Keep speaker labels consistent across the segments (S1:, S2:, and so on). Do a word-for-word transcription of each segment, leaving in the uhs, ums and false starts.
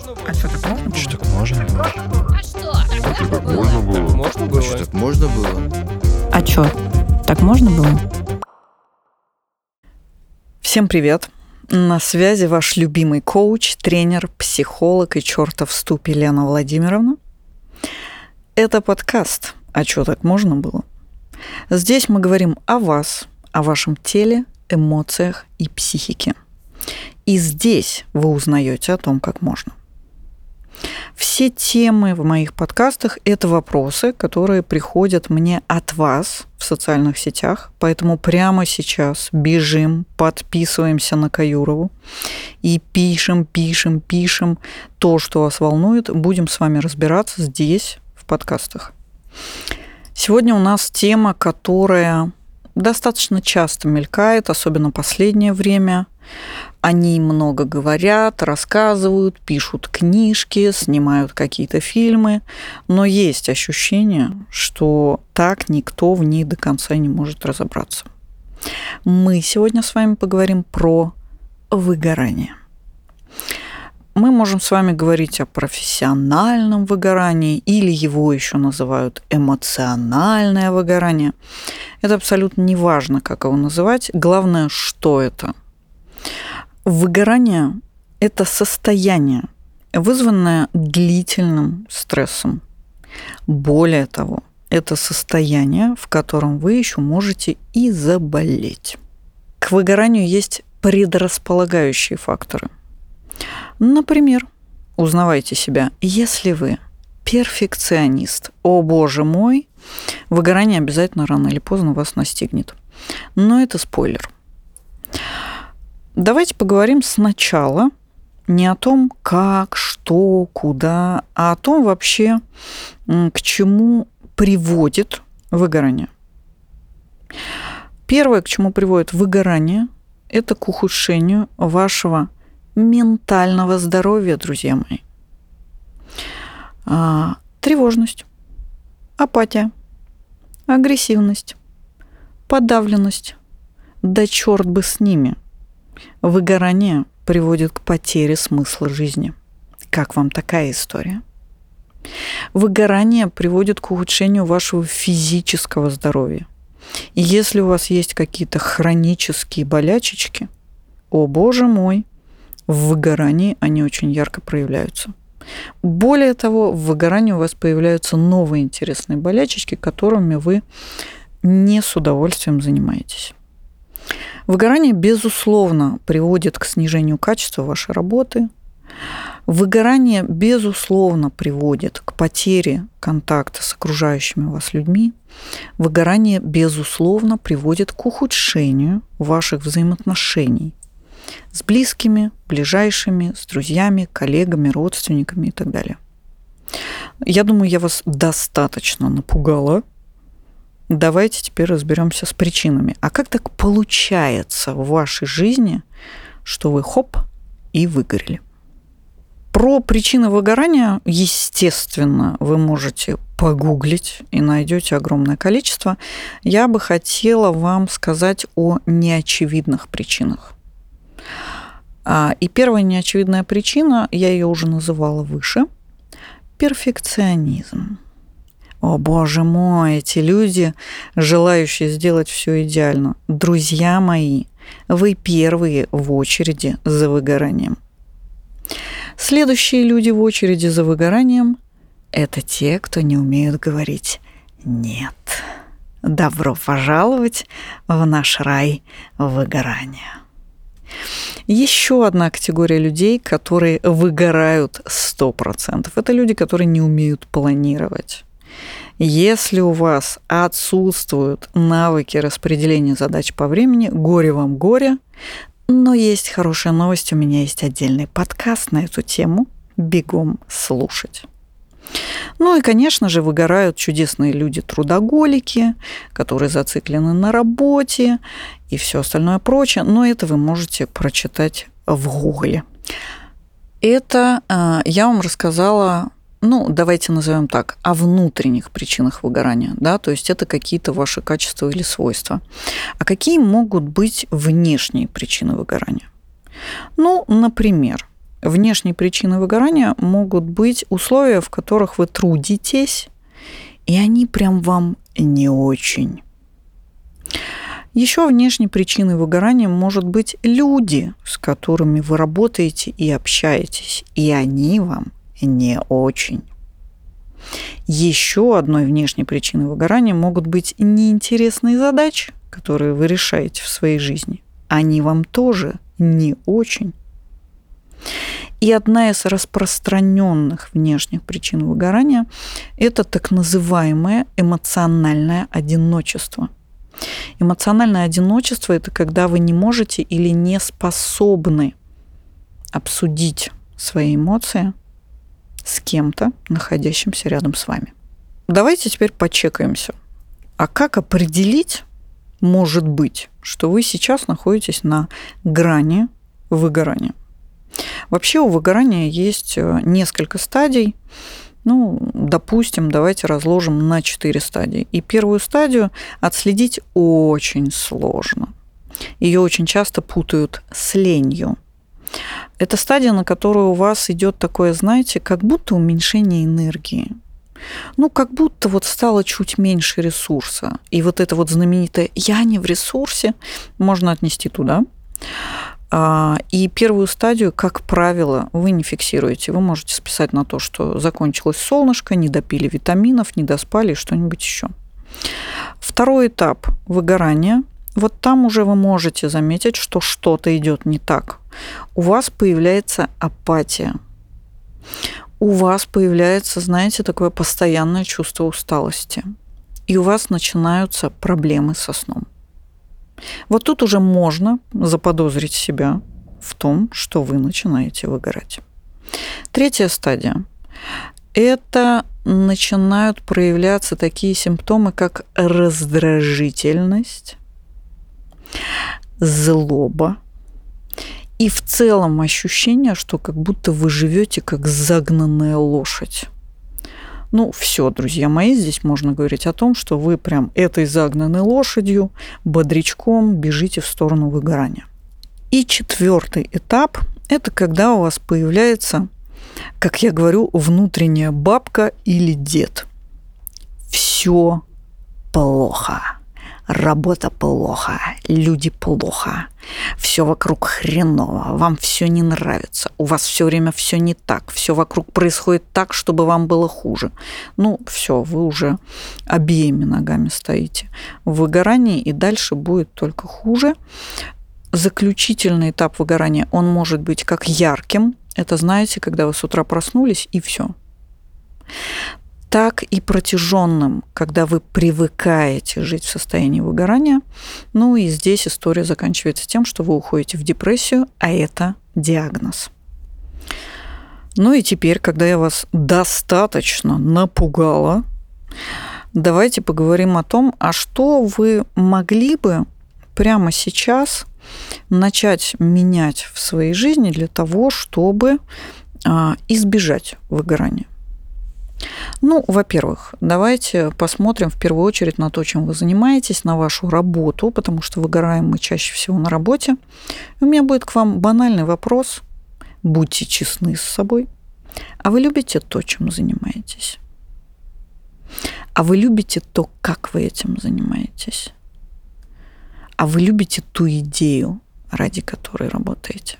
S1: А что, так можно было?
S2: Что, так можно было?
S3: А что?
S4: А что, так можно было?
S2: Можно было?
S4: Что, так можно было?
S1: А что, так можно было? Всем привет! На связи ваш любимый коуч, тренер, психолог и чертов ступи Лена Владимировна. Это подкаст «А чё, так можно было?». Здесь мы говорим о вас, о вашем теле, эмоциях и психике. И здесь вы узнаете о том, как можно. Все темы в моих подкастах – это вопросы, которые приходят мне от вас в социальных сетях. Поэтому прямо сейчас бежим, подписываемся на Каюрову и пишем, пишем, пишем то, что вас волнует. Будем с вами разбираться здесь, в подкастах. Сегодня у нас тема, которая достаточно часто мелькает, особенно последнее время. О ней много говорят, рассказывают, пишут книжки, снимают какие-то фильмы, но есть ощущение, что так никто в ней до конца не может разобраться. Мы сегодня с вами поговорим про выгорание. Мы можем с вами говорить о профессиональном выгорании, или его еще называют эмоциональное выгорание. Это абсолютно не важно, как его называть. Главное, что это. Выгорание – это состояние, вызванное длительным стрессом. Более того, это состояние, в котором вы еще можете и заболеть. К выгоранию есть предрасполагающие факторы. Например, узнавайте себя, если вы перфекционист. О, боже мой, выгорание обязательно рано или поздно вас настигнет. Но это спойлер. Давайте поговорим сначала не о том, как, что, куда, а о том вообще, к чему приводит выгорание. Первое, к чему приводит выгорание, это к ухудшению вашего ментального здоровья, друзья мои. А, тревожность, апатия, агрессивность, подавленность. Да черт бы с ними. Выгорание приводит к потере смысла жизни. Как вам такая история? Выгорание приводит к ухудшению вашего физического здоровья. И если у вас есть какие-то хронические болячечки, о боже мой, в выгорании они очень ярко проявляются. Более того, в выгорании у вас появляются новые интересные болячечки, которыми вы не с удовольствием занимаетесь. Выгорание, безусловно, приводит к снижению качества вашей работы. Выгорание, безусловно, приводит к потере контакта с окружающими вас людьми. Выгорание, безусловно, приводит к ухудшению ваших взаимоотношений с близкими, ближайшими, с друзьями, коллегами, родственниками и так далее. Я думаю, я вас достаточно напугала. Давайте теперь разберемся с причинами. А как так получается в вашей жизни, что вы хоп и выгорели? Про причины выгорания, естественно, вы можете погуглить и найдете огромное количество. Я бы хотела вам сказать о неочевидных причинах. И первая неочевидная причина, я ее уже называла выше, перфекционизм. О, боже мой, эти люди, желающие сделать все идеально. Друзья мои, вы первые в очереди за выгоранием. Следующие люди в очереди за выгоранием – это те, кто не умеют говорить «нет». Добро пожаловать в наш рай выгорания. Еще одна категория людей, которые выгорают сто процентов. Это люди, которые не умеют планировать. Если у вас отсутствуют навыки распределения задач по времени, горе вам горе. Но есть хорошая новость, у меня есть отдельный подкаст на эту тему. Бегом слушать. Ну и, конечно же, выгорают чудесные люди-трудоголики, которые зациклены на работе и все остальное прочее. Но это вы можете прочитать в Гугле. Это э, я вам рассказала, ну, давайте назовем так, о внутренних причинах выгорания. Да? То есть это какие-то ваши качества или свойства. А какие могут быть внешние причины выгорания? Ну, например, Внешней причиной выгорания могут быть условия, в которых вы трудитесь, и они прям вам не очень. Еще внешней причиной выгорания может быть люди, с которыми вы работаете и общаетесь, и они вам не очень. Еще одной внешней причиной выгорания могут быть неинтересные задачи, которые вы решаете в своей жизни. Они вам тоже не очень. И одна из распространенных внешних причин выгорания – это так называемое эмоциональное одиночество. Эмоциональное одиночество – это когда вы не можете или не способны обсудить свои эмоции с кем-то, находящимся рядом с вами. Давайте теперь почекаемся. А как определить, может быть, что вы сейчас находитесь на грани выгорания? Вообще у выгорания есть несколько стадий. Ну, допустим, давайте разложим на четыре стадии. И первую стадию отследить очень сложно. Ее очень часто путают с ленью. Это стадия, на которую у вас идет такое, знаете, как будто уменьшение энергии. Ну, как будто вот стало чуть меньше ресурса. И вот это вот знаменитое «я не в ресурсе» можно отнести туда. И первую стадию, как правило, вы не фиксируете. Вы можете списать на то, что закончилось солнышко, не допили витаминов, не доспали и что-нибудь еще. Второй этап выгорания. Вот там уже вы можете заметить, что что-то идет не так. У вас появляется апатия. У вас появляется, знаете, такое постоянное чувство усталости. И у вас начинаются проблемы со сном. Вот тут уже можно заподозрить себя в том, что вы начинаете выгорать. Третья стадия – это начинают проявляться такие симптомы, как раздражительность, злоба и в целом ощущение, что как будто вы живете как загнанная лошадь. Ну, все, друзья мои, здесь можно говорить о том, что вы прям этой загнанной лошадью, бодрячком бежите в сторону выгорания. И четвертый этап – это когда у вас появляется, как я говорю, внутренняя бабка или дед. Все плохо. Работа плохо, люди плохо, все вокруг хреново, вам все не нравится, у вас все время все не так, все вокруг происходит так, чтобы вам было хуже. Ну, все, вы уже обеими ногами стоите в выгорании, и дальше будет только хуже. Заключительный этап выгорания, он может быть как ярким, это, знаете, когда вы с утра проснулись, и все. Так и протяженным, когда вы привыкаете жить в состоянии выгорания. Ну и здесь история заканчивается тем, что вы уходите в депрессию, а это диагноз. Ну и теперь, когда я вас достаточно напугала, давайте поговорим о том, а что вы могли бы прямо сейчас начать менять в своей жизни для того, чтобы избежать выгорания. Ну, во-первых, давайте посмотрим в первую очередь на то, чем вы занимаетесь, на вашу работу, потому что выгораем мы чаще всего на работе. И у меня будет к вам банальный вопрос. Будьте честны с собой. А вы любите то, чем занимаетесь? А вы любите то, как вы этим занимаетесь? А вы любите ту идею, ради которой работаете?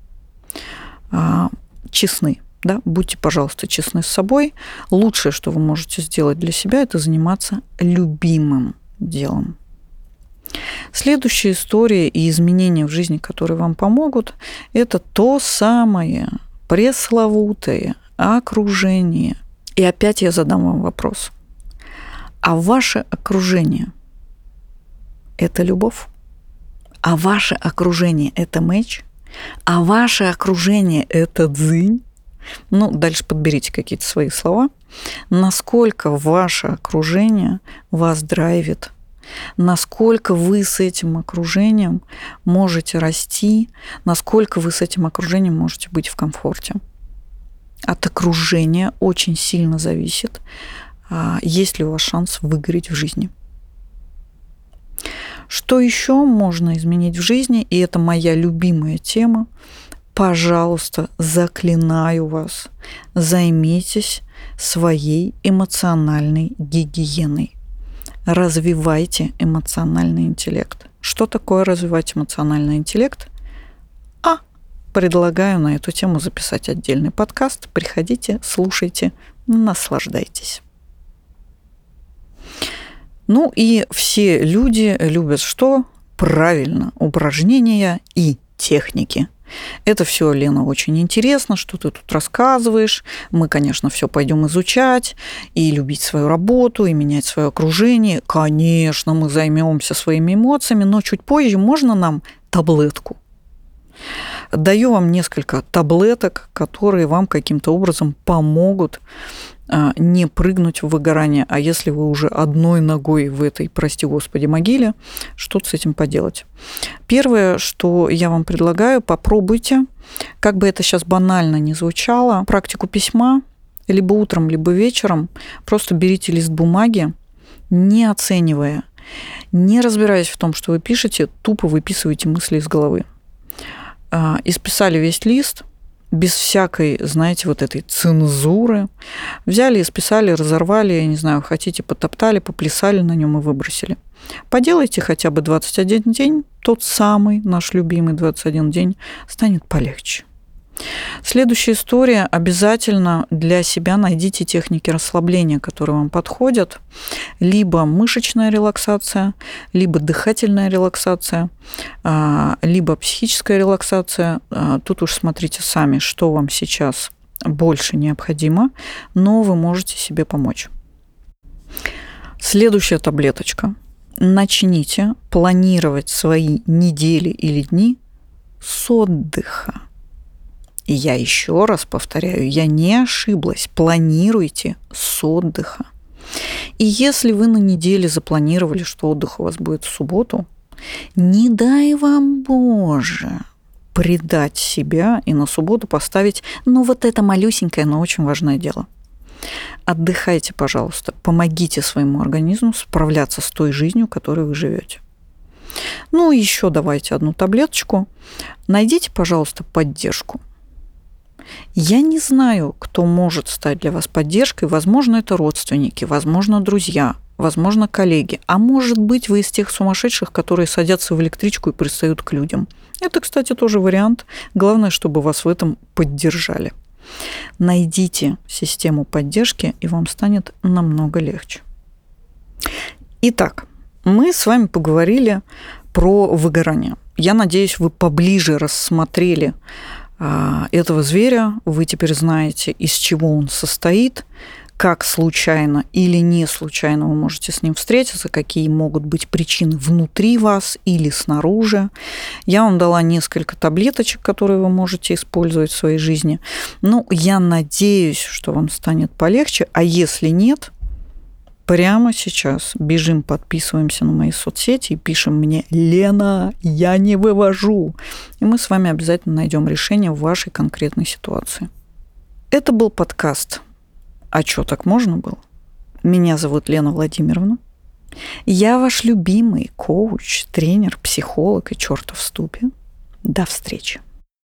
S1: Честны. Да, будьте, пожалуйста, честны с собой. Лучшее, что вы можете сделать для себя, это заниматься любимым делом. Следующая история и изменения в жизни, которые вам помогут, это то самое пресловутое окружение. И опять я задам вам вопрос. А ваше окружение – это любовь? А ваше окружение – это мэч? А ваше окружение – это дзынь? Ну, дальше подберите какие-то свои слова. Насколько ваше окружение вас драйвит? Насколько вы с этим окружением можете расти? Насколько вы с этим окружением можете быть в комфорте? От окружения очень сильно зависит, есть ли у вас шанс выгореть в жизни. Что еще можно изменить в жизни? И это моя любимая тема. пожалуйста, заклинаю вас, займитесь своей эмоциональной гигиеной. Развивайте эмоциональный интеллект. Что такое развивать эмоциональный интеллект? А, предлагаю на эту тему записать отдельный подкаст. Приходите, слушайте, наслаждайтесь. Ну и все люди любят что? Правильно, упражнения и техники. Это все, Лена, очень интересно, что ты тут рассказываешь. Мы, конечно, все пойдем изучать и любить свою работу, и менять свое окружение. Конечно, мы займемся своими эмоциями, но чуть позже можно нам таблетку? Даю вам несколько таблеток, которые вам каким-то образом помогут не прыгнуть в выгорание. А если вы уже одной ногой в этой, прости господи, могиле, что-то с этим поделать. Первое, что я вам предлагаю, попробуйте, как бы это сейчас банально ни звучало, практику письма либо утром, либо вечером. Просто берите лист бумаги, не оценивая, не разбираясь в том, что вы пишете, тупо выписывайте мысли из головы. Исписали весь лист, без всякой, знаете, вот этой цензуры. Взяли и списали, разорвали, я не знаю, хотите, потоптали, поплясали на нем и выбросили. Поделайте хотя бы двадцать один день, тот самый наш любимый двадцать один день, станет полегче. Следующая история. Обязательно для себя найдите техники расслабления, которые вам подходят. Либо мышечная релаксация, либо дыхательная релаксация, либо психическая релаксация. Тут уж смотрите сами, что вам сейчас больше необходимо, но вы можете себе помочь. Следующая таблеточка. Начните планировать свои недели или дни с отдыха. И я еще раз повторяю, я не ошиблась. Планируйте с отдыха. И если вы на неделе запланировали, что отдых у вас будет в субботу, не дай вам, Боже, предать себя и на субботу поставить, ну, вот это малюсенькое, но очень важное дело. Отдыхайте, пожалуйста, помогите своему организму справляться с той жизнью, которой вы живете. Ну, еще давайте одну таблеточку. Найдите, пожалуйста, поддержку. Я не знаю, кто может стать для вас поддержкой. Возможно, это родственники, возможно, друзья, возможно, коллеги. А может быть, вы из тех сумасшедших, которые садятся в электричку и пристают к людям. Это, кстати, тоже вариант. Главное, чтобы вас в этом поддержали. Найдите систему поддержки, и вам станет намного легче. Итак, мы с вами поговорили про выгорание. Я надеюсь, вы поближе рассмотрели этого зверя, вы теперь знаете, из чего он состоит, как случайно или не случайно вы можете с ним встретиться, какие могут быть причины внутри вас или снаружи. Я вам дала несколько таблеточек, которые вы можете использовать в своей жизни. Ну, я надеюсь, что вам станет полегче, а если нет, прямо сейчас бежим, подписываемся на мои соцсети и пишем мне: «Лена, я не вывожу». И мы с вами обязательно найдем решение в вашей конкретной ситуации. Это был подкаст «А чё, так можно было?». Меня зовут Лена Владимировна. Я ваш любимый коуч, тренер, психолог и чёртов в ступе. До встречи.